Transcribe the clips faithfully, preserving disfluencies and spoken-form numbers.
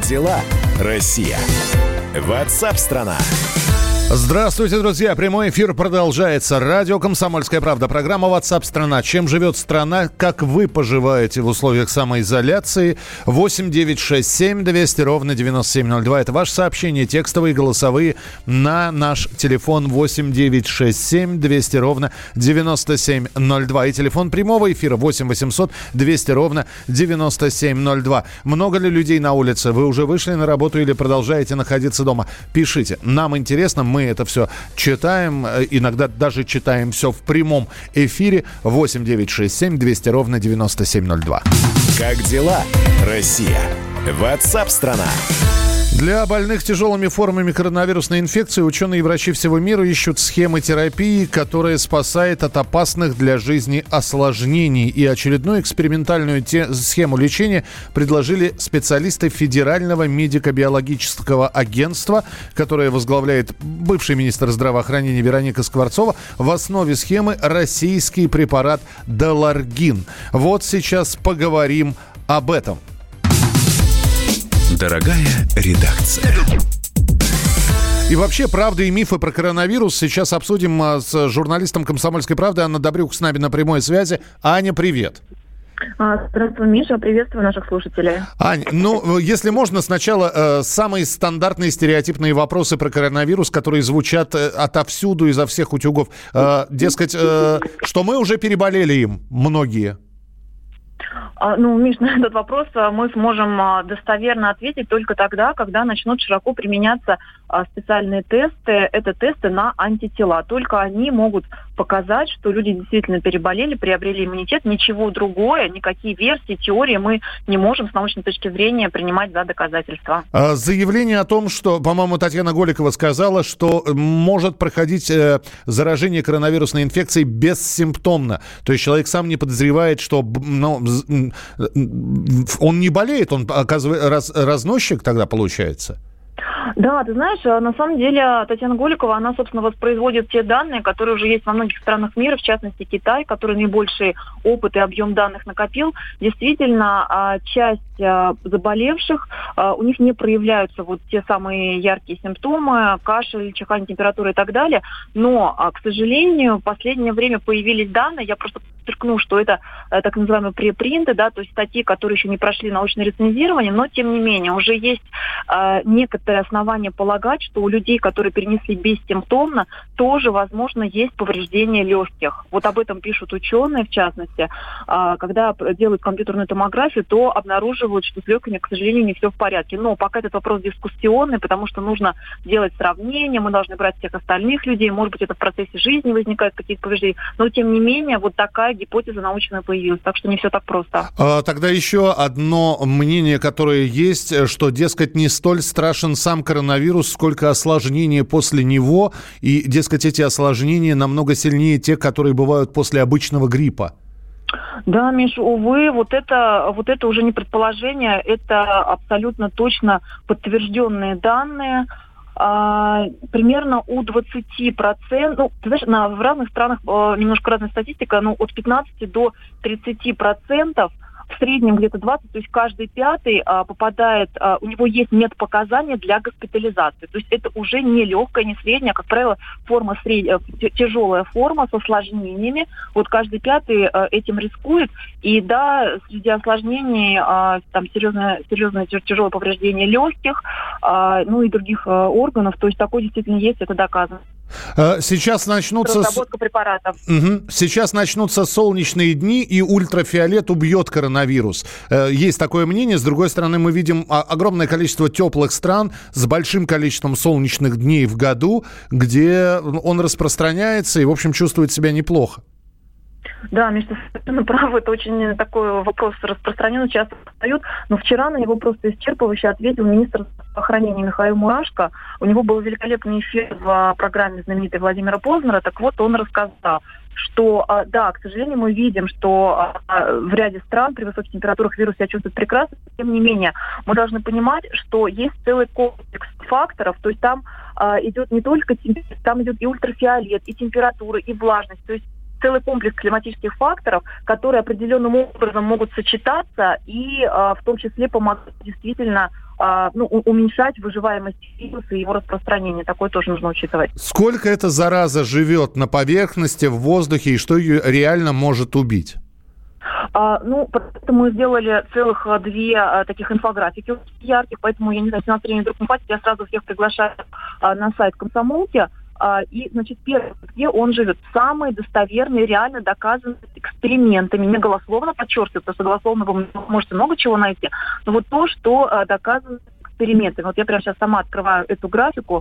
дела, Россия? WhatsApp-страна. Здравствуйте, друзья. Прямой эфир продолжается. Радио «Комсомольская правда». Программа WhatsApp страна. Чем живет страна? Как вы поживаете в условиях самоизоляции? восемь девятьсот шестьдесят семь двести ровно девяносто семь ноль два. Это ваше сообщение, текстовые, голосовые, на наш телефон восемь девятьсот шестьдесят семь двести ровно девяносто семь ноль два. И телефон прямого эфира восемь восемьсот двести ровно девяносто семь ноль два. Много ли людей на улице? Вы уже вышли на работу или продолжаете находиться дома? Пишите. Нам интересно. Мы это все читаем, иногда даже читаем все в прямом эфире. восемь девятьсот шестьдесят семь двести ровно девяносто семь ноль два. Как дела, Россия? WhatsApp-страна. Для больных тяжелыми формами коронавирусной инфекции ученые и врачи всего мира ищут схемы терапии, которая спасает от опасных для жизни осложнений. И очередную экспериментальную те- схему лечения предложили специалисты Федерального медико-биологического агентства, которое возглавляет бывший министр здравоохранения Вероника Скворцова. В основе схемы российский препарат Даларгин. Вот сейчас поговорим об этом. Дорогая редакция. И вообще, правды и мифы про коронавирус сейчас обсудим с журналистом «Комсомольской правды» Анна Добрюк с нами на прямой связи. Аня, привет. Здравствуй, Миша. Приветствую наших слушателей. Ань, ну, если можно, сначала э, самые стандартные стереотипные вопросы про коронавирус, которые звучат э, отовсюду, изо всех утюгов. Э, дескать, э, что мы уже переболели им, многие. Ну, Миш, на этот вопрос мы сможем достоверно ответить только тогда, когда начнут широко применяться специальные тесты. Это тесты на антитела. Только они могут показать, что люди действительно переболели, приобрели иммунитет. Ничего другое, никакие версии, теории мы не можем с научной точки зрения принимать за доказательства. Заявление о том, что, по-моему, Татьяна Голикова сказала, что может проходить э, заражение коронавирусной инфекцией бессимптомно. То есть человек сам не подозревает, что ну, он не болеет, он, оказывается, раз, разносчик тогда получается. Да, ты знаешь, на самом деле Татьяна Голикова, она, собственно, воспроизводит те данные, которые уже есть во многих странах мира, в частности Китай, который наибольший опыт и объем данных накопил. Действительно, часть заболевших, у них не проявляются вот те самые яркие симптомы, кашель, чихание, температура и так далее. Но, к сожалению, в последнее время появились данные, я просто подчеркну, что это так называемые препринты, да, то есть статьи, которые еще не прошли научное рецензирование, но, тем не менее, уже есть некоторые основания полагать, что у людей, которые перенесли бессимптомно, тоже, возможно, есть повреждение легких. Вот об этом пишут ученые, в частности. Когда делают компьютерную томографию, то обнаруживают, что с легкими, к сожалению, не все в порядке. Но пока этот вопрос дискуссионный, потому что нужно делать сравнение, мы должны брать всех остальных людей, может быть, это в процессе жизни возникают какие-то повреждения, но, тем не менее, вот такая гипотеза научная появилась, так что не все так просто. А, тогда еще одно мнение, которое есть, что, дескать, не столь страшен сам коронавирус, сколько осложнения после него, и, дескать, эти осложнения намного сильнее тех, которые бывают после обычного гриппа. Да, Миш, увы, вот это, вот это уже не предположение, это абсолютно точно подтвержденные данные. А, примерно у двадцати процентов, ну, ты знаешь, на, в разных странах а, немножко разная статистика, но от пятнадцати до тридцати процентов, в среднем где-то двадцать, то есть каждый пятый а, попадает, а, у него есть медпоказания для госпитализации. То есть это уже не легкая, не средняя, а, как правило, форма средняя, тяжелая форма с осложнениями. Вот каждый пятый а, этим рискует. И да, среди осложнений а, там серьезное, серьезное тяжелое повреждение легких, а, ну и других а, органов. То есть такое действительно есть, это доказано. Сейчас начнутся... Разработка препаратов. Угу. Сейчас начнутся солнечные дни, и ультрафиолет убьет коронавирус. Есть такое мнение. С другой стороны, мы видим огромное количество теплых стран с большим количеством солнечных дней в году, где он распространяется и, в общем, чувствует себя неплохо. Да, Миша, совершенно прав. Это очень такой вопрос распространенный, часто задают. Но вчера на него просто исчерпывающе ответил министр здравоохранения Михаил Мурашко. У него был великолепный эфир в программе знаменитой Владимира Познера. Так вот, он рассказал, что, да, к сожалению, мы видим, что в ряде стран при высоких температурах вирус себя чувствует прекрасно. Тем не менее, мы должны понимать, что есть целый комплекс факторов. То есть там идет не только температура, там идет и ультрафиолет, и температура, и влажность. То есть целый комплекс климатических факторов, которые определенным образом могут сочетаться и э, в том числе помогать действительно э, ну, уменьшать выживаемость вируса и его распространение. Такое тоже нужно учитывать. Сколько эта зараза живет на поверхности, в воздухе, и что ее реально может убить? А, ну, мы сделали целых две а, таких инфографики ярких, поэтому, я не знаю, если на времени вдруг не хватит, я сразу всех приглашаю а, на сайт «Комсомолки». А, и, значит, первое, где он живет, самые достоверные, реально доказанные экспериментами, не голословно подчеркиваю, потому что голословно вы можете много чего найти, но вот то, что а, доказано экспериментами. Вот я прямо сейчас сама открываю эту графику.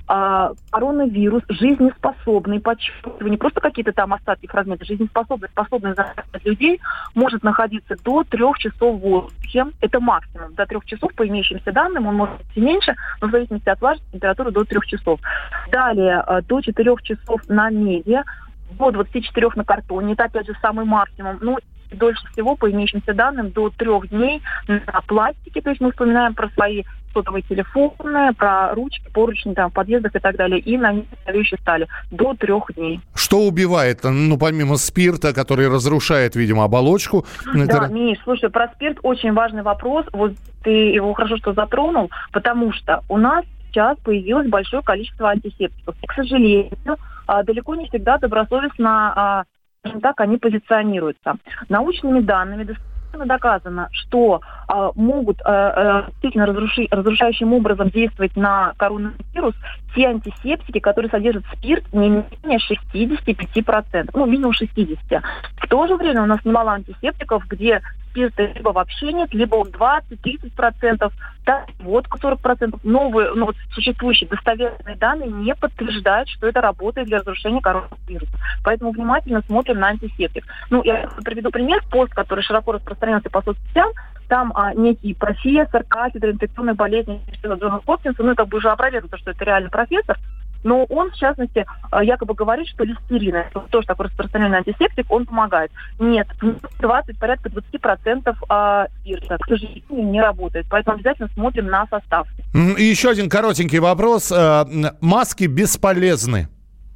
А, коронавирус жизнеспособный, подчеркиваю, не просто какие-то там остатки фрагменты, жизнеспособный, способный заразить людей, может находиться до трех часов в воздухе. Это максимум. До трех часов, по имеющимся данным, он может быть и меньше, но в зависимости от влажности температуры до трех часов. Далее, до четырех часов на меди, до двадцати четырёх на картоне. Это, опять же, самый максимум. Ну, дольше всего, по имеющимся данным, до трех дней на пластике. То есть мы вспоминаем про свои сотовые телефоны, про ручки, поручни там, в подъездах и так далее. И на нержавеющей стали. До трех дней. Что убивает? Ну, помимо спирта, который разрушает, видимо, оболочку. Да, это... Миш, слушай, про спирт очень важный вопрос. Вот ты его хорошо что затронул, потому что у нас сейчас появилось большое количество антисептиков. К сожалению, далеко не всегда добросовестно, скажем так, они позиционируются. Научными данными достаточно доказано, что э, могут э, э, действительно разруши, разрушающим образом действовать на коронавирус те антисептики, которые содержат спирт не менее шестьдесят пять процентов, ну, минимум шестьдесят процентов. В то же время у нас немало антисептиков, где спирта либо вообще нет, либо он двадцать-тридцать процентов, да, водка сорок процентов. Новые, ну, вот существующие достоверные данные не подтверждают, что это работает для разрушения коронавируса. Поэтому внимательно смотрим на антисептик. Ну, я приведу пример, пост, который широко распространился по соцсетям. Там а, некий профессор кафедры инфекционных болезней Джона Хопкинса, ну, как бы уже опровергнуто, что это реально профессор, но он, в частности, якобы говорит, что листерин, это тоже такой распространенный антисептик, он помогает. Нет, двадцать, порядка двадцать процентов спирта, к сожалению, не работает. Поэтому обязательно смотрим на состав. И еще один коротенький вопрос. Маски бесполезны?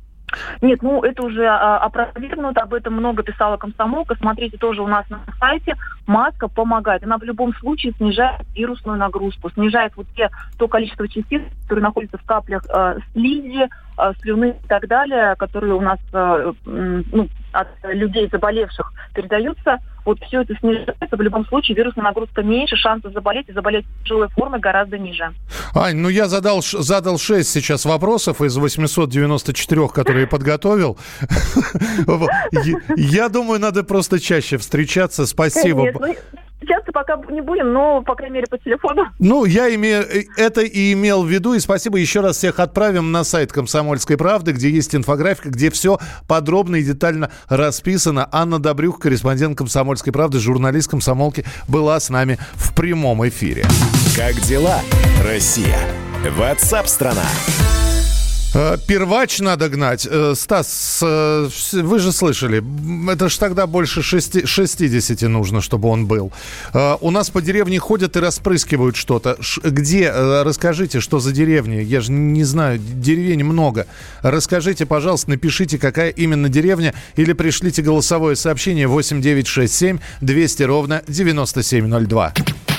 Нет, ну это уже а, опровергнуто, об этом много писала «Комсомолка». Смотрите, тоже у нас на сайте. Маска помогает. Она в любом случае снижает вирусную нагрузку, снижает вот те, то количество частиц, которые находятся в каплях э, слизи, э, слюны и так далее, которые у нас э, э, ну, от людей, заболевших, передаются. Вот все это снижается. В любом случае вирусная нагрузка меньше, шансы заболеть и заболеть тяжелой формой гораздо ниже. Ань, ну я задал, задал шесть сейчас вопросов из восемьсот девяносто четыре, которые подготовил. Я думаю, надо просто чаще встречаться. Спасибо. Часто пока не будем, но, по крайней мере, по телефону. Ну, я имею это и имел в виду. И спасибо. Еще раз всех отправим на сайт «Комсомольской правды», где есть инфографика, где все подробно и детально расписано. Анна Добрюх, корреспондент «Комсомольской правды», журналист «Комсомолки», была с нами в прямом эфире. Как дела, Россия? WhatsApp-страна. Первач надо гнать. Стас, вы же слышали, это ж тогда больше шестидесяти нужно, чтобы он был. У нас по деревне ходят и распрыскивают что-то. Где? Расскажите, что за деревня? Я же не знаю, деревень много. Расскажите, пожалуйста, напишите, какая именно деревня, или пришлите голосовое сообщение восемь девятьсот шестьдесят семь двести ровно девяносто семь ноль два.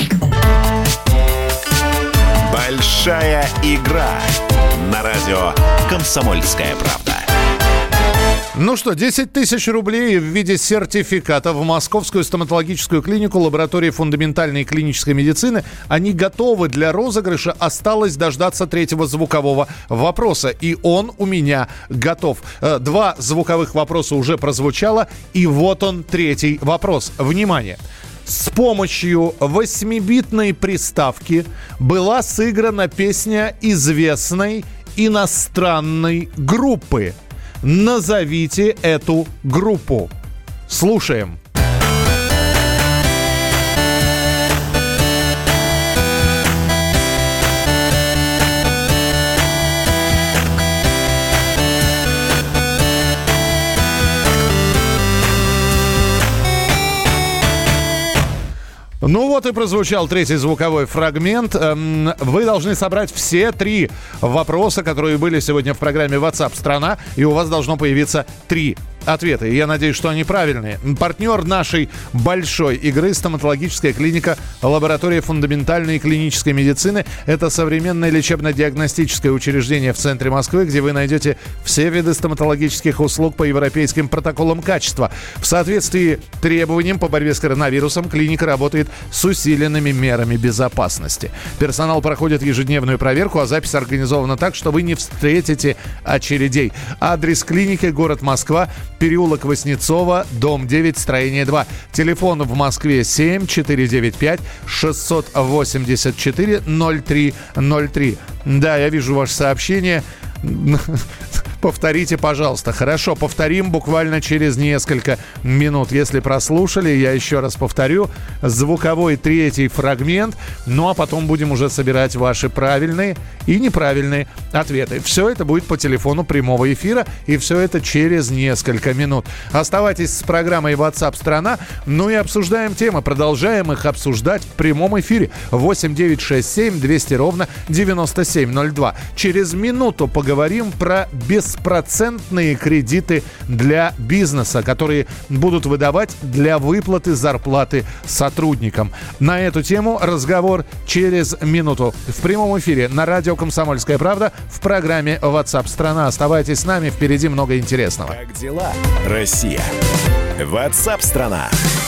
Большая игра на радио «Комсомольская правда». Ну что, десять тысяч рублей в виде сертификата в Московскую стоматологическую клинику лаборатории фундаментальной и клинической медицины. Они готовы для розыгрыша. Осталось дождаться третьего звукового вопроса. И он у меня готов. Два звуковых вопроса уже прозвучало. И вот он, третий вопрос. Внимание! С помощью восьмибитной приставки была сыграна песня известной иностранной группы. Назовите эту группу. Слушаем. Ну вот и прозвучал третий звуковой фрагмент. Вы должны собрать все три вопроса, которые были сегодня в программе WhatsApp страна, и у вас должно появиться три ответы. И я надеюсь, что они правильные. Партнер нашей большой игры – стоматологическая клиника «Лаборатория фундаментальной и клинической медицины». Это современное лечебно-диагностическое учреждение в центре Москвы, где вы найдете все виды стоматологических услуг по европейским протоколам качества. В соответствии с требованиям по борьбе с коронавирусом клиника работает с усиленными мерами безопасности. Персонал проходит ежедневную проверку, а запись организована так, что вы не встретите очередей. Адрес клиники – город Москва, переулок Васнецова, дом девять, строение два. Телефон в Москве семь четыре девять пять шестьсот восемьдесят четыре ноль три ноль три. Да, я вижу ваше сообщение. Повторите, пожалуйста. Хорошо, повторим буквально через несколько минут. Если прослушали, я еще раз повторю. Звуковой третий фрагмент. Ну, а потом будем уже собирать ваши правильные и неправильные ответы. Все это будет по телефону прямого эфира. И все это через несколько минут. Оставайтесь с программой WhatsApp страна. Ну и обсуждаем темы. Продолжаем их обсуждать в прямом эфире. восемь девятьсот шестьдесят семь двести ровно девяносто семь ноль два. Через минуту поговорим про бесплатные беспроцентные кредиты для бизнеса, которые будут выдавать для выплаты зарплаты сотрудникам. На эту тему разговор через минуту в прямом эфире на радио «Комсомольская правда» в программе WhatsApp страна. Оставайтесь с нами, впереди много интересного. Как дела, Россия? WhatsApp страна.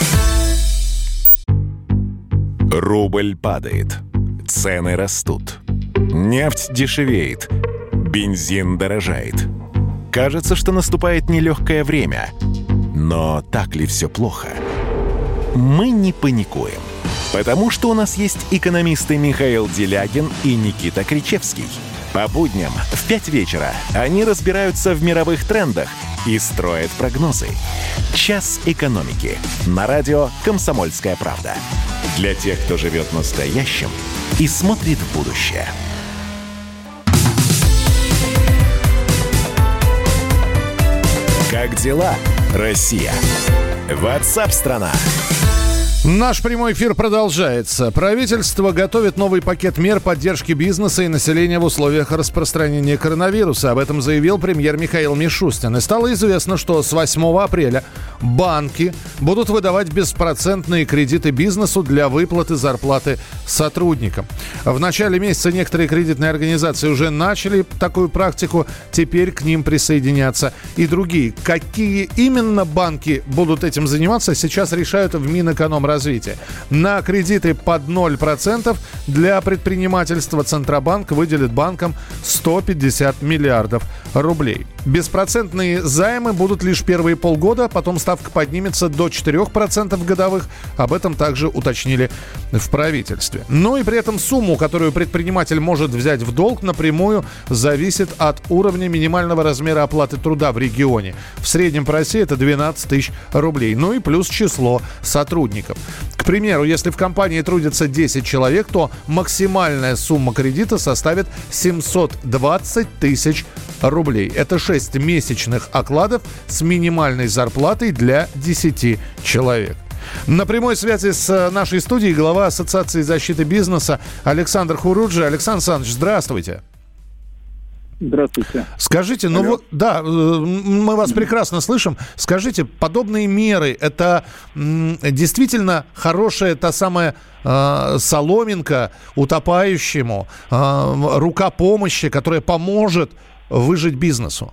Рубль падает, цены растут, нефть дешевеет, бензин дорожает. Кажется, что наступает нелегкое время. Но так ли все плохо? Мы не паникуем. Потому что у нас есть экономисты Михаил Делягин и Никита Кричевский. По будням в пять вечера они разбираются в мировых трендах и строят прогнозы. «Час экономики» на радио «Комсомольская правда». Для тех, кто живет настоящим и смотрит в будущее. Как дела, Россия? WhatsApp страна. Наш прямой эфир продолжается. Правительство готовит новый пакет мер поддержки бизнеса и населения в условиях распространения коронавируса. Об этом заявил премьер Михаил Мишустин. И стало известно, что с восьмого апреля банки будут выдавать беспроцентные кредиты бизнесу для выплаты зарплаты сотрудникам. В начале месяца некоторые кредитные организации уже начали такую практику. Теперь к ним присоединятся и другие. Какие именно банки будут этим заниматься, сейчас решают в Минэкономразвития. На кредиты под ноль процентов для предпринимательства Центробанк выделит банкам сто пятьдесят миллиардов рублей. Беспроцентные займы будут лишь первые полгода, потом ставка поднимется до четыре процента годовых. Об этом также уточнили в правительстве. Но и при этом сумму, которую предприниматель может взять в долг, напрямую зависит от уровня минимального размера оплаты труда в регионе. В среднем по России это двенадцать тысяч рублей. Ну и плюс число сотрудников. К примеру, если в компании трудится десять человек, то максимальная сумма кредита составит семьсот двадцать тысяч рублей. Это шесть месячных окладов с минимальной зарплатой для десяти человек. На прямой связи с нашей студией глава Ассоциации защиты бизнеса Александр Хуруджи. Александр Александрович, здравствуйте. Здравствуйте. Скажите, ну вот, да, мы вас прекрасно слышим. Скажите, подобные меры, это м, действительно хорошая та самая э, соломинка утопающему, э, рука помощи, которая поможет выжить бизнесу?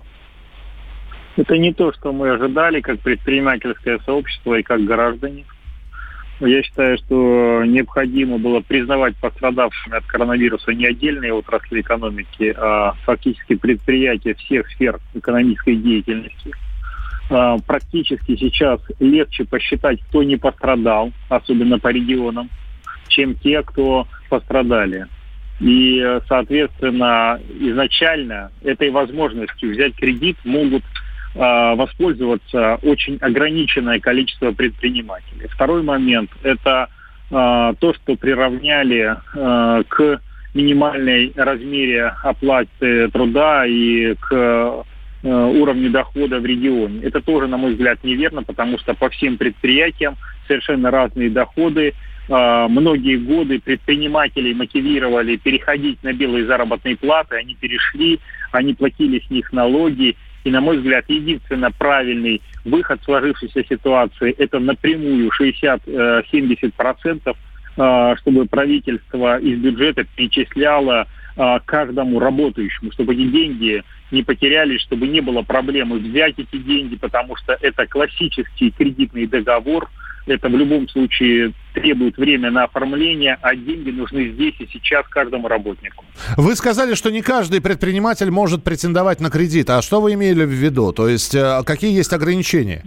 Это не то, что мы ожидали, как предпринимательское сообщество и как граждане. Я считаю, что необходимо было признавать пострадавшими от коронавируса не отдельные отрасли экономики, а фактически предприятия всех сфер экономической деятельности. Практически сейчас легче посчитать, кто не пострадал, особенно по регионам, чем те, кто пострадали. И, соответственно, изначально этой возможностью взять кредит могут воспользоваться очень ограниченное количество предпринимателей. Второй момент – это э, то, что приравняли э, к минимальной размере оплаты труда и к э, уровню дохода в регионе. Это тоже, на мой взгляд, неверно, потому что по всем предприятиям совершенно разные доходы. Э, многие годы предпринимателей мотивировали переходить на белые заработные платы, они перешли, они платили с них налоги. И, на мой взгляд, единственно правильный выход в сложившейся ситуации – это напрямую шестьдесят-семьдесят процентов, чтобы правительство из бюджета перечисляло каждому работающему, чтобы эти деньги не потерялись, чтобы не было проблемы взять эти деньги, потому что это классический кредитный договор. Это в любом случае требует время на оформление, а деньги нужны здесь и сейчас каждому работнику. Вы сказали, что не каждый предприниматель может претендовать на кредит. А что вы имели в виду? То есть какие есть ограничения?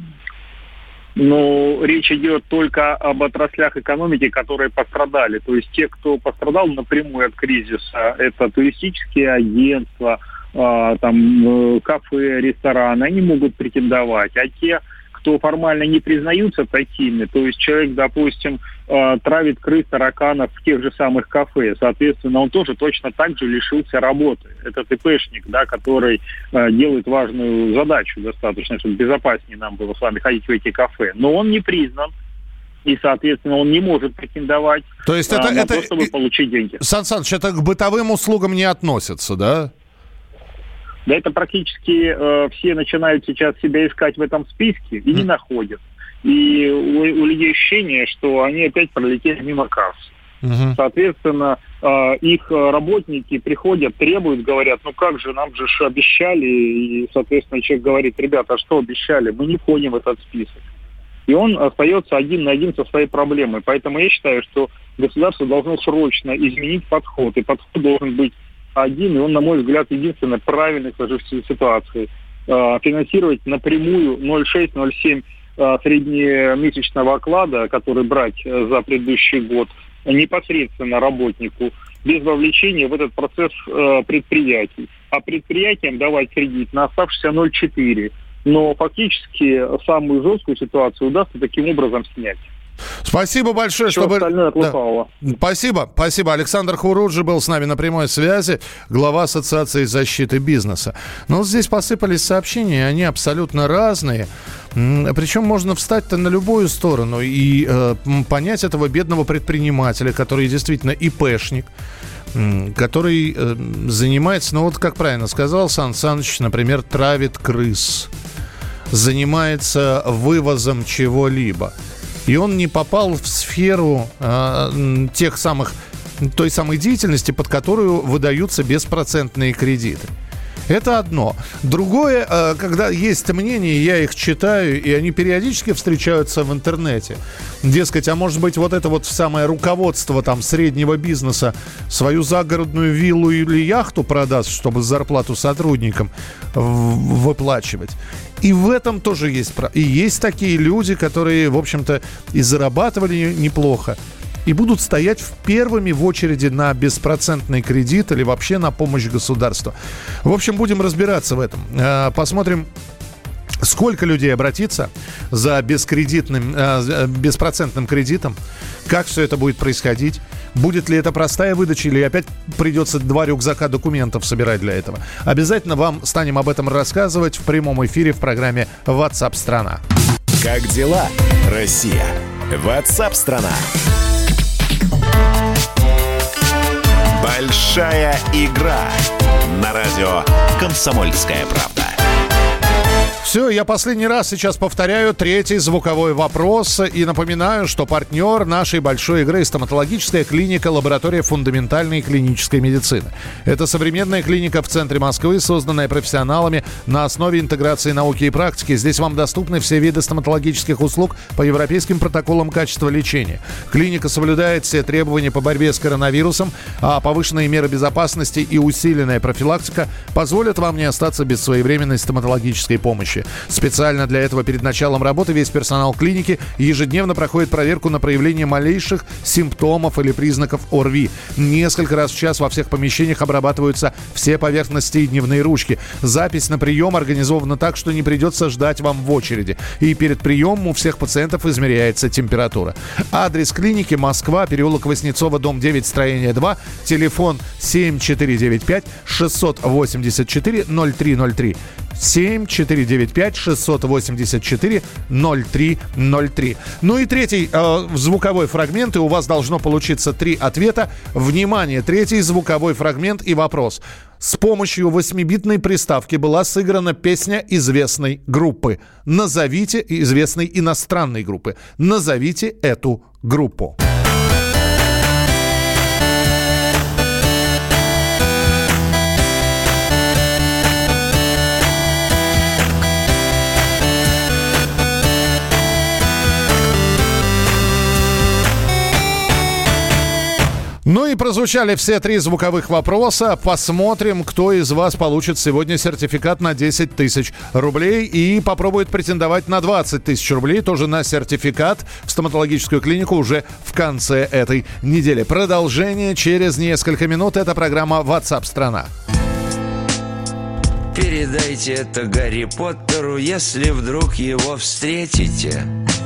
Ну, речь идет только об отраслях экономики, которые пострадали. То есть те, кто пострадал напрямую от кризиса, это туристические агентства, там, кафе, рестораны, они могут претендовать. А те, кто формально не признаются такими, то есть человек, допустим, травит крыс, тараканов в тех же самых кафе, соответственно, он тоже точно так же лишился работы. Это ТПшник, да, который делает важную задачу достаточно, чтобы безопаснее нам было с вами ходить в эти кафе. Но он не признан, и, соответственно, он не может претендовать то есть это, на это, то, чтобы получить деньги. Сан Саныч, это к бытовым услугам не относится, да? Да, это практически э, все начинают сейчас себя искать в этом списке и не находят. И у, у людей ощущение, что они опять пролетели мимо касс. Uh-huh. Соответственно, э, их работники приходят, требуют, говорят, ну как же, нам же обещали. И, соответственно, человек говорит, ребята, а что обещали? Мы не входим в этот список. И он остается один на один со своей проблемой. Поэтому я считаю, что государство должно срочно изменить подход. И подход должен быть один, и он, на мой взгляд, единственный правильный в сложившейся ситуации. Э, финансировать напрямую ноль целых шесть - ноль целых семь э, среднемесячного оклада, который брать э, за предыдущий год, непосредственно работнику, без вовлечения в этот процесс э, предприятий. А предприятиям давать кредит на оставшиеся ноль целых четыре. Но фактически самую жесткую ситуацию удастся таким образом снять. Спасибо большое, Все чтобы... остальное от лукавого. Да. Спасибо, спасибо. Александр Хуруджи был с нами на прямой связи, глава Ассоциации защиты бизнеса. Но здесь посыпались сообщения, они абсолютно разные. Причем можно встать-то на любую сторону и э, понять этого бедного предпринимателя, который действительно ИПшник, который э, занимается, ну вот как правильно сказал Сан Саныч, например, травит крыс, занимается вывозом чего-либо. И он не попал в сферу э, тех самых, той самой деятельности, под которую выдаются беспроцентные кредиты. Это одно. Другое, э, когда есть мнения, я их читаю, и они периодически встречаются в интернете. Дескать, а может быть, вот это вот самое руководство там среднего бизнеса свою загородную виллу или яхту продаст, чтобы зарплату сотрудникам в- выплачивать. И в этом тоже есть... И есть такие люди, которые, в общем-то, и зарабатывали неплохо, и будут стоять в первыми в очереди на беспроцентный кредит или вообще на помощь государству. В общем, будем разбираться в этом. Посмотрим, сколько людей обратится за бескредитным, беспроцентным кредитом, как все это будет происходить. Будет ли это простая выдача или опять придется два рюкзака документов собирать для этого? Обязательно вам станем об этом рассказывать в прямом эфире в программе WhatsApp страна. Как дела, Россия? WhatsApp страна. Большая игра на радио «Комсомольская правда». Все, я последний раз сейчас повторяю третий звуковой вопрос и напоминаю, что партнер нашей большой игры — стоматологическая клиника «Лаборатория фундаментальной клинической медицины». Это современная клиника в центре Москвы, созданная профессионалами на основе интеграции науки и практики. Здесь вам доступны все виды стоматологических услуг по европейским протоколам качества лечения. Клиника соблюдает все требования по борьбе с коронавирусом, а повышенные меры безопасности и усиленная профилактика позволят вам не остаться без своевременной стоматологической помощи. Специально для этого перед началом работы весь персонал клиники ежедневно проходит проверку на проявление малейших симптомов или признаков ОРВИ. Несколько раз в час во всех помещениях обрабатываются все поверхности и дневные ручки. Запись на прием организована так, что не придется ждать вам в очереди. И перед приемом у всех пациентов измеряется температура. Адрес клиники: Москва, переулок Васнецова, дом девять, строение два, телефон семь четыре девять пять шесть восемь четыре ноль три ноль три. семь четыре девять пять шесть восемь четыре ноль три ноль три. Ну и третий э, звуковой фрагмент, и у вас должно получиться три ответа. Внимание, третий звуковой фрагмент и вопрос. С помощью восьмибитной приставки была сыграна песня известной группы. Назовите известной иностранной группы. Назовите эту группу. Ну и прозвучали все три звуковых вопроса. Посмотрим, кто из вас получит сегодня сертификат на десять тысяч рублей и попробует претендовать на двадцать тысяч рублей, тоже на сертификат в стоматологическую клинику уже в конце этой недели. Продолжение через несколько минут. Это программа WhatsApp страна. Передайте это Гарри Поттеру, если вдруг его встретите.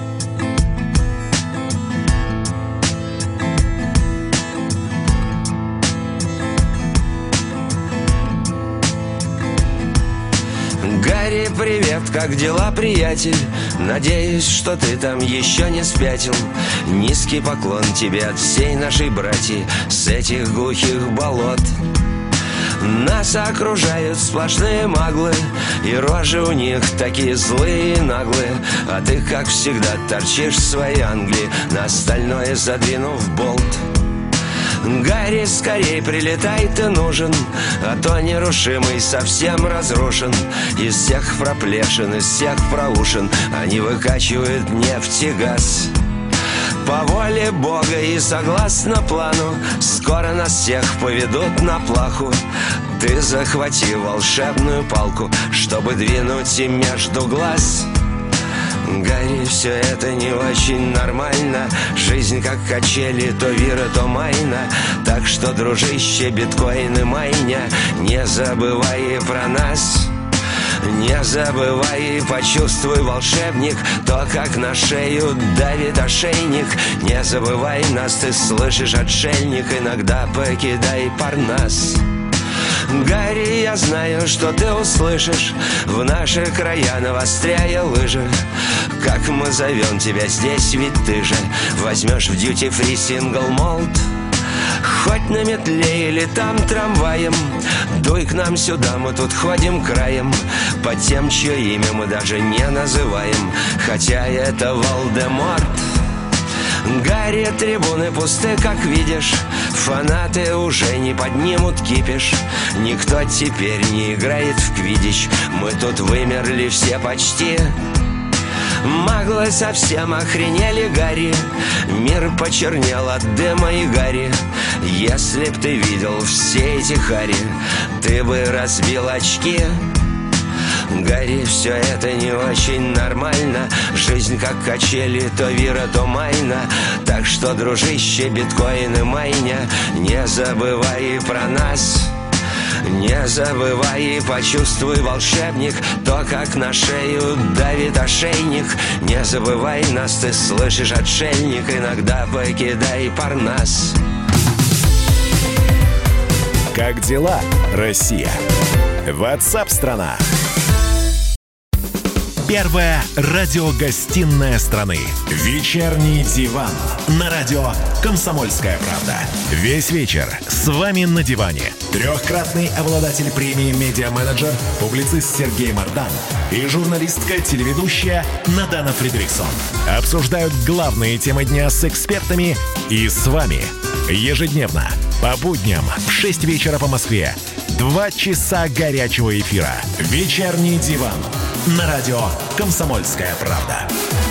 Гарри, привет, как дела, приятель? Надеюсь, что ты там еще не спятил. Низкий поклон тебе от всей нашей братьи с этих глухих болот. Нас окружают сплошные маглы, и рожи у них такие злые и наглые. А ты, как всегда, торчишь в своей Англии, на остальное задвинув болт. Гарри, скорей прилетай, ты нужен, а то нерушимый совсем разрушен. Из всех проплешин, из всех проушин они выкачивают нефть и газ. По воле Бога и согласно плану скоро нас всех поведут на плаху. Ты захвати волшебную палку, чтобы двинуть им между глаз. Гарри, все это не очень нормально. Жизнь как качели, то вира, то майна. Так что, дружище, биткоин и майня, не забывай про нас. Не забывай и почувствуй, волшебник, то, как на шею давит ошейник. Не забывай нас, ты слышишь, отшельник, иногда покидай Парнас. Гарри, я знаю, что ты услышишь в наши края, навостряя лыжи. Как мы зовем тебя здесь, ведь ты же возьмешь в дьюти-фри сингл-молт. Хоть на метле или там трамваем, дуй к нам сюда, мы тут ходим краем. По тем, чье имя мы даже не называем, хотя это Волдеморт. Гарри, трибуны пусты, как видишь, фанаты уже не поднимут кипиш. Никто теперь не играет в квиддич, мы тут вымерли все почти. Маглы совсем охренели, Гарри, мир почернел от дыма и гари. Если б ты видел все эти хари, ты бы разбил очки. Гарри, все это не очень нормально. Жизнь как качели, то вира, то майна. Так что, дружище, биткоин и майня, не забывай про нас. Не забывай и почувствуй, волшебник, то, как на шею давит ошейник. Не забывай нас, ты слышишь, отшельник, иногда покидай Парнас. Как дела, Россия? WhatsApp страна. Первая радиогостинная страны. Вечерний диван. На радио «Комсомольская правда». Весь вечер с вами на диване. Трехкратный обладатель премии «Медиа-менеджер», публицист Сергей Мардан и журналистка-телеведущая Надана Фридриксон обсуждают главные темы дня с экспертами и с вами. Ежедневно, по будням в шесть вечера по Москве. Два часа горячего эфира. Вечерний диван. На радио «Комсомольская правда».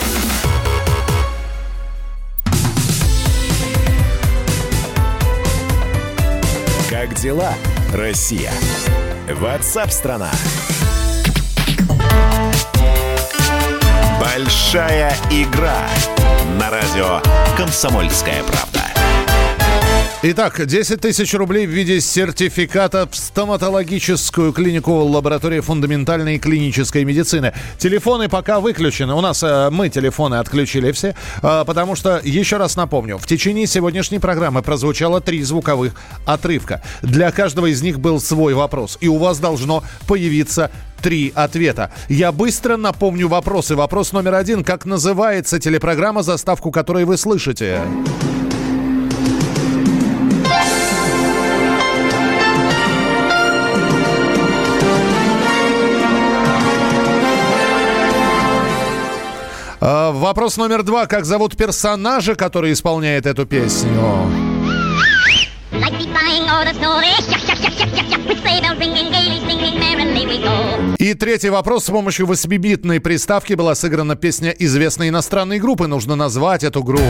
Как дела, Россия? WhatsApp страна. Большая игра на радио «Комсомольская правда». Итак, десять тысяч рублей в виде сертификата в стоматологическую клинику лаборатории фундаментальной клинической медицины. Телефоны пока выключены. У нас э, мы телефоны отключили все, э, потому что, еще раз напомню, в течение сегодняшней программы прозвучало три звуковых отрывка. Для каждого из них был свой вопрос. И у вас должно появиться три ответа. Я быстро напомню вопросы. Вопрос номер один. Как называется телепрограмма, заставку которой вы слышите? А, вопрос номер два. Как зовут персонажа, который исполняет эту песню? И третий вопрос. С помощью восьмибитной приставки была сыграна песня известной иностранной группы. Нужно назвать эту группу.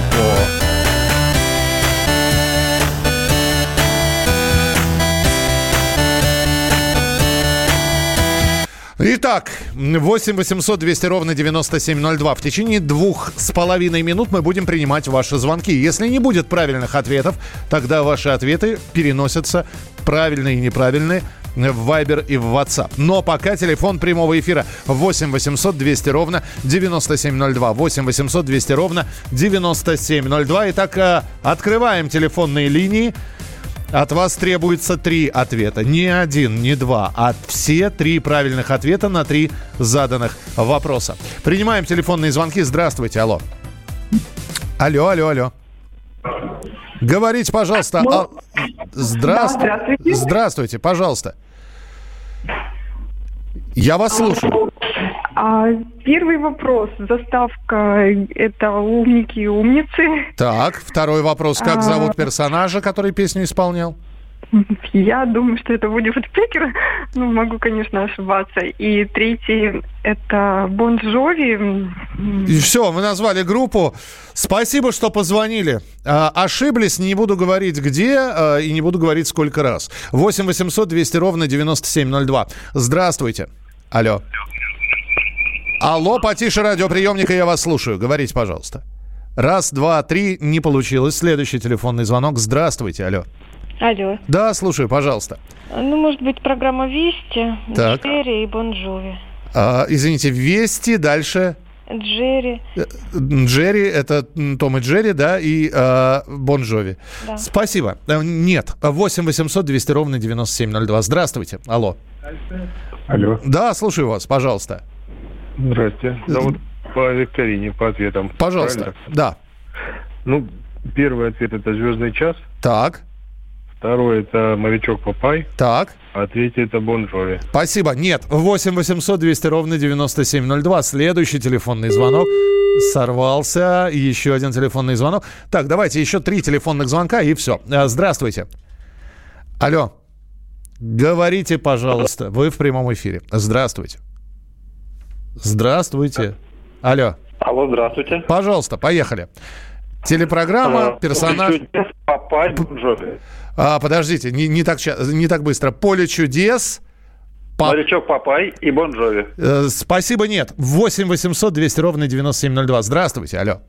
Итак, восемь восемьсот двести ровно девяносто семь ноль два. В течение двух с половиной минут мы будем принимать ваши звонки. Если не будет правильных ответов, тогда ваши ответы переносятся, правильные и неправильные, в Viber и в WhatsApp. Но пока телефон прямого эфира восемь восемьсот двести ровно девяносто семь ноль два. восемь восемьсот двести ровно девяносто семь ноль два. Итак, открываем телефонные линии. От вас требуется три ответа. Не один, не два, а все три правильных ответа на три заданных вопроса. Принимаем телефонные звонки. Здравствуйте, алло. Алло, алло, алло. Говорите, пожалуйста. А... Здра... Здравствуйте. Здравствуйте, пожалуйста. Я вас слушаю. А, первый вопрос. Заставка – это «Умники и умницы». Так, второй вопрос. Как зовут персонажа, который песню исполнял? Я думаю, что это Вуди Вудпекер. Ну, могу, конечно, ошибаться. И третий – это Бон Джови. И все, мы назвали группу. Спасибо, что позвонили. А, ошиблись, не буду говорить где а, и не буду говорить сколько раз. восемь восемьсот двести ровно девяносто семь ноль два. Здравствуйте. Алло. Алло, потише радиоприемника, я вас слушаю. Говорите, пожалуйста. Раз, два, три, не получилось. Следующий телефонный звонок. Здравствуйте, алло. Алло. Да, слушаю, пожалуйста. Ну, может быть, программа «Вести», так. Джерри и Бон Джови. А, извините, «Вести», дальше... Джерри. Джерри, это Том и Джерри, да, и э, Бон Джови. Да. Спасибо. Нет, восемь восемьсот двести ровно девяносто семь ноль два. Здравствуйте, алло. Алло. Да, слушаю вас, пожалуйста. Здрасте. Да вот по викторине, по ответам. Пожалуйста, правильно? да. Ну, первый ответ – это «Звездный час». Так. Второй – это «Морячок Папай». Так. А третий – это Бон Джови. Спасибо. Нет, восемь восемьсот двести ровно девяносто семь ноль два. Следующий телефонный звонок сорвался. Еще один телефонный звонок. Так, давайте еще три телефонных звонка и все. Здравствуйте. Алло. Говорите, пожалуйста. Вы в прямом эфире. Здравствуйте. Здравствуйте. Алло. Алло, здравствуйте. Пожалуйста, поехали. Телепрограмма, персонаж... Папай, Бон Джови. А, подождите, не, не, так, не так быстро. «Поле чудес». Пап... Морячок Папай и Бон Джови. Э, спасибо, нет. восемь восемьсот двести ровно девяносто семь ноль два. Здравствуйте, алло.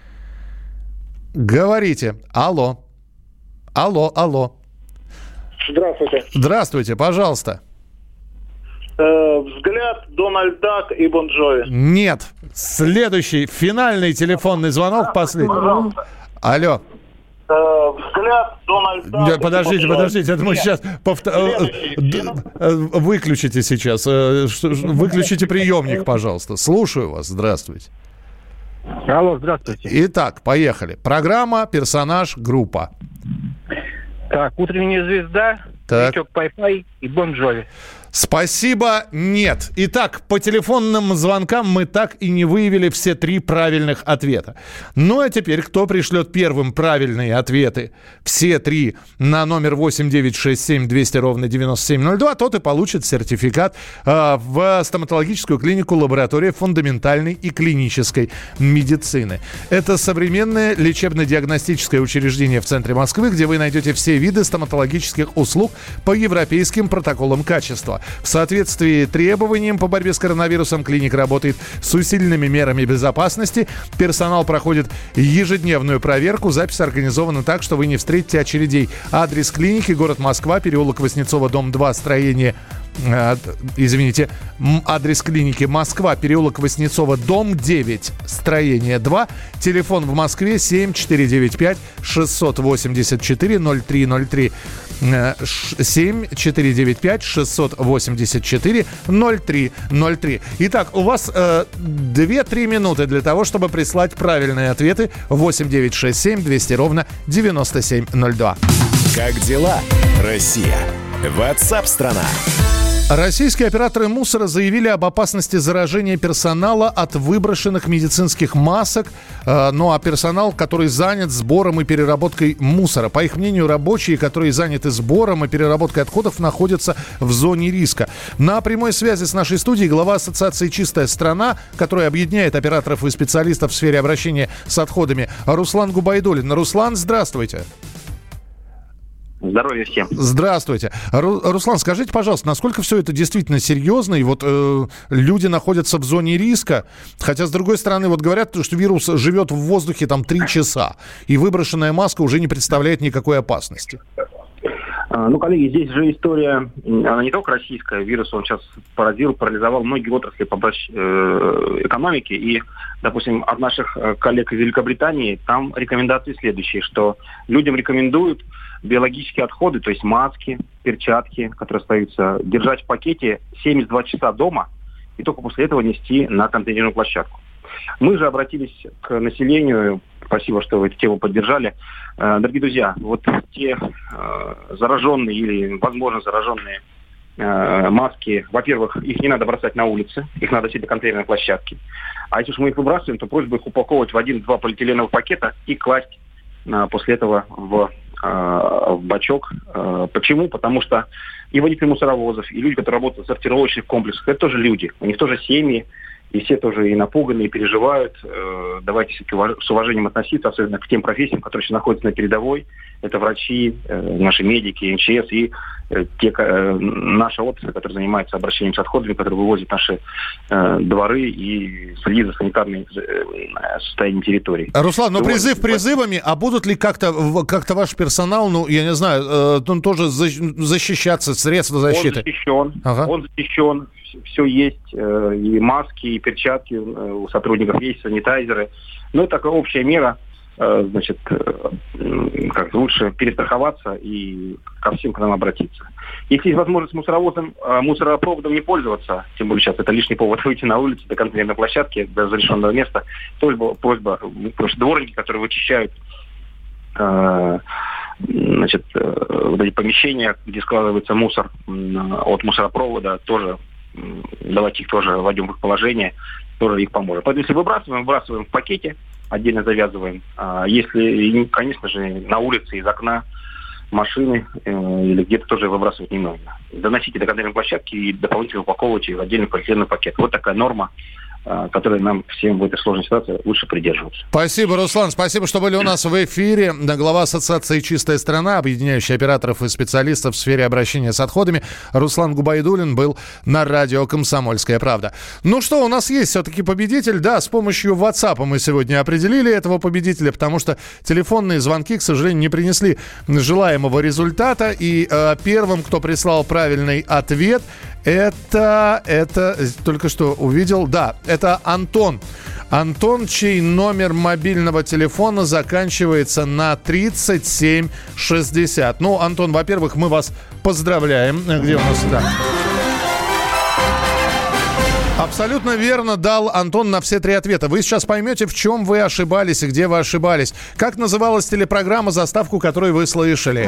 Говорите. Алло. Алло, алло. Здравствуйте. Здравствуйте, пожалуйста. Э, взгляд, Дональд Дак и Бон Джови. Нет. Следующий, финальный телефонный звонок. Последний. Пожалуйста. Алло. Взгляд, Дональд Дак. Подождите, подождите, это мы сейчас повтор... выключите сейчас, выключите приемник, пожалуйста. Слушаю вас, здравствуйте. Алло, здравствуйте. Итак, поехали. Программа, персонаж, группа. Так, «Утренняя звезда», «Морячок Папай» и Бон Джови. Спасибо, нет. Итак, по телефонным звонкам мы так и не выявили все три правильных ответа. Ну а теперь, кто пришлет первым правильные ответы, все три, на номер восемь девятьсот шестьдесят семь двести ровно девяносто семь ноль два, тот и получит сертификат э, в стоматологическую клинику «Лаборатория фундаментальной и клинической медицины». Это современное лечебно-диагностическое учреждение в центре Москвы, где вы найдете все виды стоматологических услуг по европейским протоколам качества. В соответствии с требованиям по борьбе с коронавирусом клиника работает с усиленными мерами безопасности. Персонал проходит ежедневную проверку. Запись организована так, что вы не встретите очередей. Адрес клиники: город Москва, переулок Васнецова, дом два, строение... Э, извините, адрес клиники: Москва, переулок Васнецова, дом девять, строение два. Телефон в Москве семь четыре девять пять шестьсот восемьдесят четыре ноль три ноль три. семь четыре девять пять шестьсот восемьдесят четыре ноль три ноль три. Итак, у вас э, две-три минуты для того, чтобы прислать правильные ответы. восемь девять шесть семь двести ровно девяносто семь ноль два. Как дела, Россия? WhatsApp-страна. Российские операторы мусора заявили об опасности заражения персонала от выброшенных медицинских масок. Э, ну а персонал, который занят сбором и переработкой мусора. По их мнению, рабочие, которые заняты сбором и переработкой отходов, находятся в зоне риска. На прямой связи с нашей студией глава ассоциации «Чистая страна», которая объединяет операторов и специалистов в сфере обращения с отходами, Руслан Губайдуллин. Руслан, здравствуйте. Здравия всем. Здравствуйте. Ру- Руслан, скажите, пожалуйста, насколько все это действительно серьезно? И вот э, люди находятся в зоне риска, хотя, с другой стороны, вот говорят, что вирус живет в воздухе там три часа, и выброшенная маска уже не представляет никакой опасности. Ну, коллеги, здесь же история, она не только российская. Вирус, он сейчас поразил, парализовал многие отрасли по экономике. И, допустим, от наших коллег из Великобритании там рекомендации следующие, что людям рекомендуют биологические отходы, то есть маски, перчатки, которые остаются, держать в пакете семьдесят два часа дома и только после этого нести на контейнерную площадку. Мы же обратились к населению, спасибо, что вы эту тему поддержали. Дорогие друзья, вот те э, зараженные или, возможно, зараженные э, маски, во-первых, их не надо бросать на улице, их надо носить на контейнерной площадке. А если уж мы их выбрасываем, то просьба их упаковывать в один-два полиэтиленовых пакета и класть э, после этого в, э, в бачок. Э, почему? Потому что и водители мусоровозов, и люди, которые работают в сортировочных комплексах, это тоже люди, у них тоже семьи. И все тоже и напуганы, и переживают. Давайте все-таки с уважением относиться, особенно к тем профессиям, которые сейчас находятся на передовой. Это врачи, наши медики, эн че эс и те, наша отрасль, которая занимается обращением с отходами, которые вывозят наши дворы и следит за санитарным состоянием территории. Руслан, но призыв призывами, а будут ли как-то, как-то ваш персонал, ну, я не знаю, он тоже защищаться, средства защиты? Он защищен, ага. он защищен. Все есть, и маски, и перчатки у сотрудников есть, санитайзеры. Но это такая общая мера, значит, как лучше перестраховаться и ко всем к нам обратиться. Если есть возможность мусоровозом, мусоропроводом не пользоваться, тем более сейчас это лишний повод выйти на улицу до контейнерной площадки, до разрешенного места, просьба, просьба потому что дворники, которые вычищают значит, вот эти помещения, где складывается мусор от мусоропровода, тоже давайте их тоже вводим в их положение, тоже их поможет. Поэтому если выбрасываем, выбрасываем в пакете, отдельно завязываем. А если, конечно же, на улице из окна машины э, или где-то тоже выбрасывать не нужно. Доносите до контейнерной площадки и дополнительно упаковывайте в отдельный полиэтиленовый пакет. Вот такая норма, которой нам всем в этой сложной ситуации лучше придерживаться. Спасибо, Руслан. Спасибо, что были у нас в эфире. Глава ассоциации «Чистая страна», объединяющая операторов и специалистов в сфере обращения с отходами, Руслан Губайдуллин был на радио «Комсомольская правда». Ну что, у нас есть все-таки победитель. Да, с помощью WhatsApp мы сегодня определили этого победителя, потому что телефонные звонки, к сожалению, не принесли желаемого результата. И э, первым, кто прислал правильный ответ, это, это только что увидел, да, это Антон. Антон, чей номер мобильного телефона заканчивается на тридцать семь шестьдесят. Ну, Антон, во-первых, мы вас поздравляем. Где у нас, да? Абсолютно верно дал Антон на все три ответа. Вы сейчас поймете, в чем вы ошибались и где вы ошибались. Как называлась телепрограмма, заставку которой вы слышали?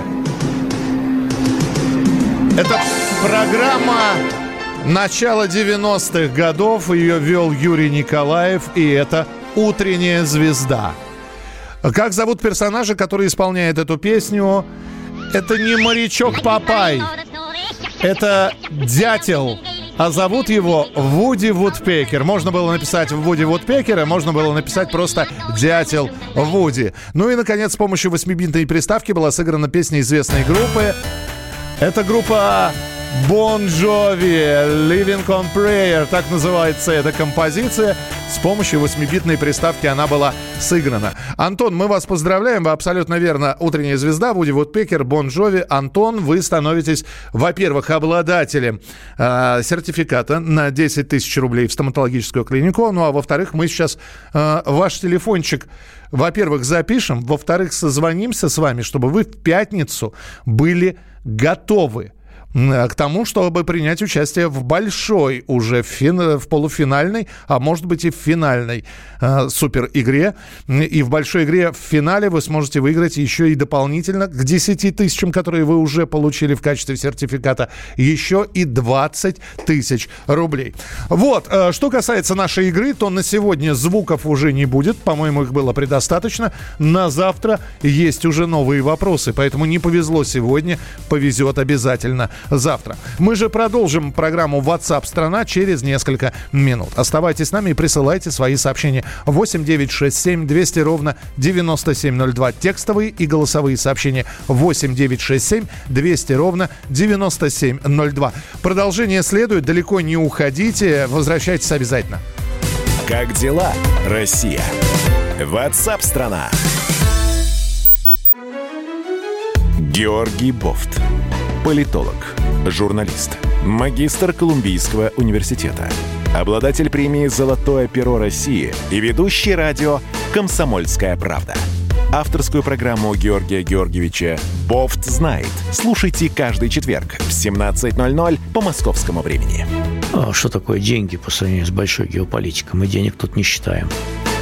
Это программа начала девяностых годов. Ее вел Юрий Николаев, и это «Утренняя звезда». Как зовут персонажа, который исполняет эту песню? Это не морячок Папай. Это дятел. А зовут его Вуди Вудпекер. Можно было написать Вуди Вудпекер, а можно было написать просто «Дятел Вуди». Ну и, наконец, с помощью восьмибитной приставки была сыграна песня известной группы. Это группа Bon Jovi, Living on Prayer, так называется эта композиция. С помощью восьмибитной приставки она была сыграна. Антон, мы вас поздравляем, вы абсолютно верно. Утренняя звезда, Вуди Вудпекер, Bon Jovi. Антон, вы становитесь, во-первых, обладателем э, сертификата на десять тысяч рублей в стоматологическую клинику. Ну, а во-вторых, мы сейчас э, ваш телефончик, во-первых, запишем, во-вторых, созвонимся с вами, чтобы вы в пятницу были готовы к тому, чтобы принять участие в большой уже фин... в полуфинальной, а может быть и в финальной э, супер игре. И в большой игре в финале вы сможете выиграть еще и дополнительно к десяти тысячам, которые вы уже получили в качестве сертификата, еще и двадцать тысяч рублей. Вот, э, что касается нашей игры, то на сегодня звуков уже не будет. По-моему, их было предостаточно. На завтра есть уже новые вопросы, поэтому не повезло сегодня, повезет обязательно завтра. Мы же продолжим программу WhatsApp страна через несколько минут. Оставайтесь с нами и присылайте свои сообщения. восемь девятьсот шестьдесят семь двести ровно девяносто семь ноль два. Текстовые и голосовые сообщения. восемь девятьсот шестьдесят семь двести ровно девяносто семь ноль два. Продолжение следует. Далеко не уходите. Возвращайтесь обязательно. Как дела, Россия? WhatsApp страна. Георгий Бофт. Политолог, журналист, магистр Колумбийского университета, обладатель премии «Золотое перо России» и ведущий радио «Комсомольская правда». Авторскую программу Георгия Георгиевича «Бофт знает». Слушайте каждый четверг в семнадцать ноль ноль по московскому времени. А что такое деньги по сравнению с большой геополитикой? Мы денег тут не считаем.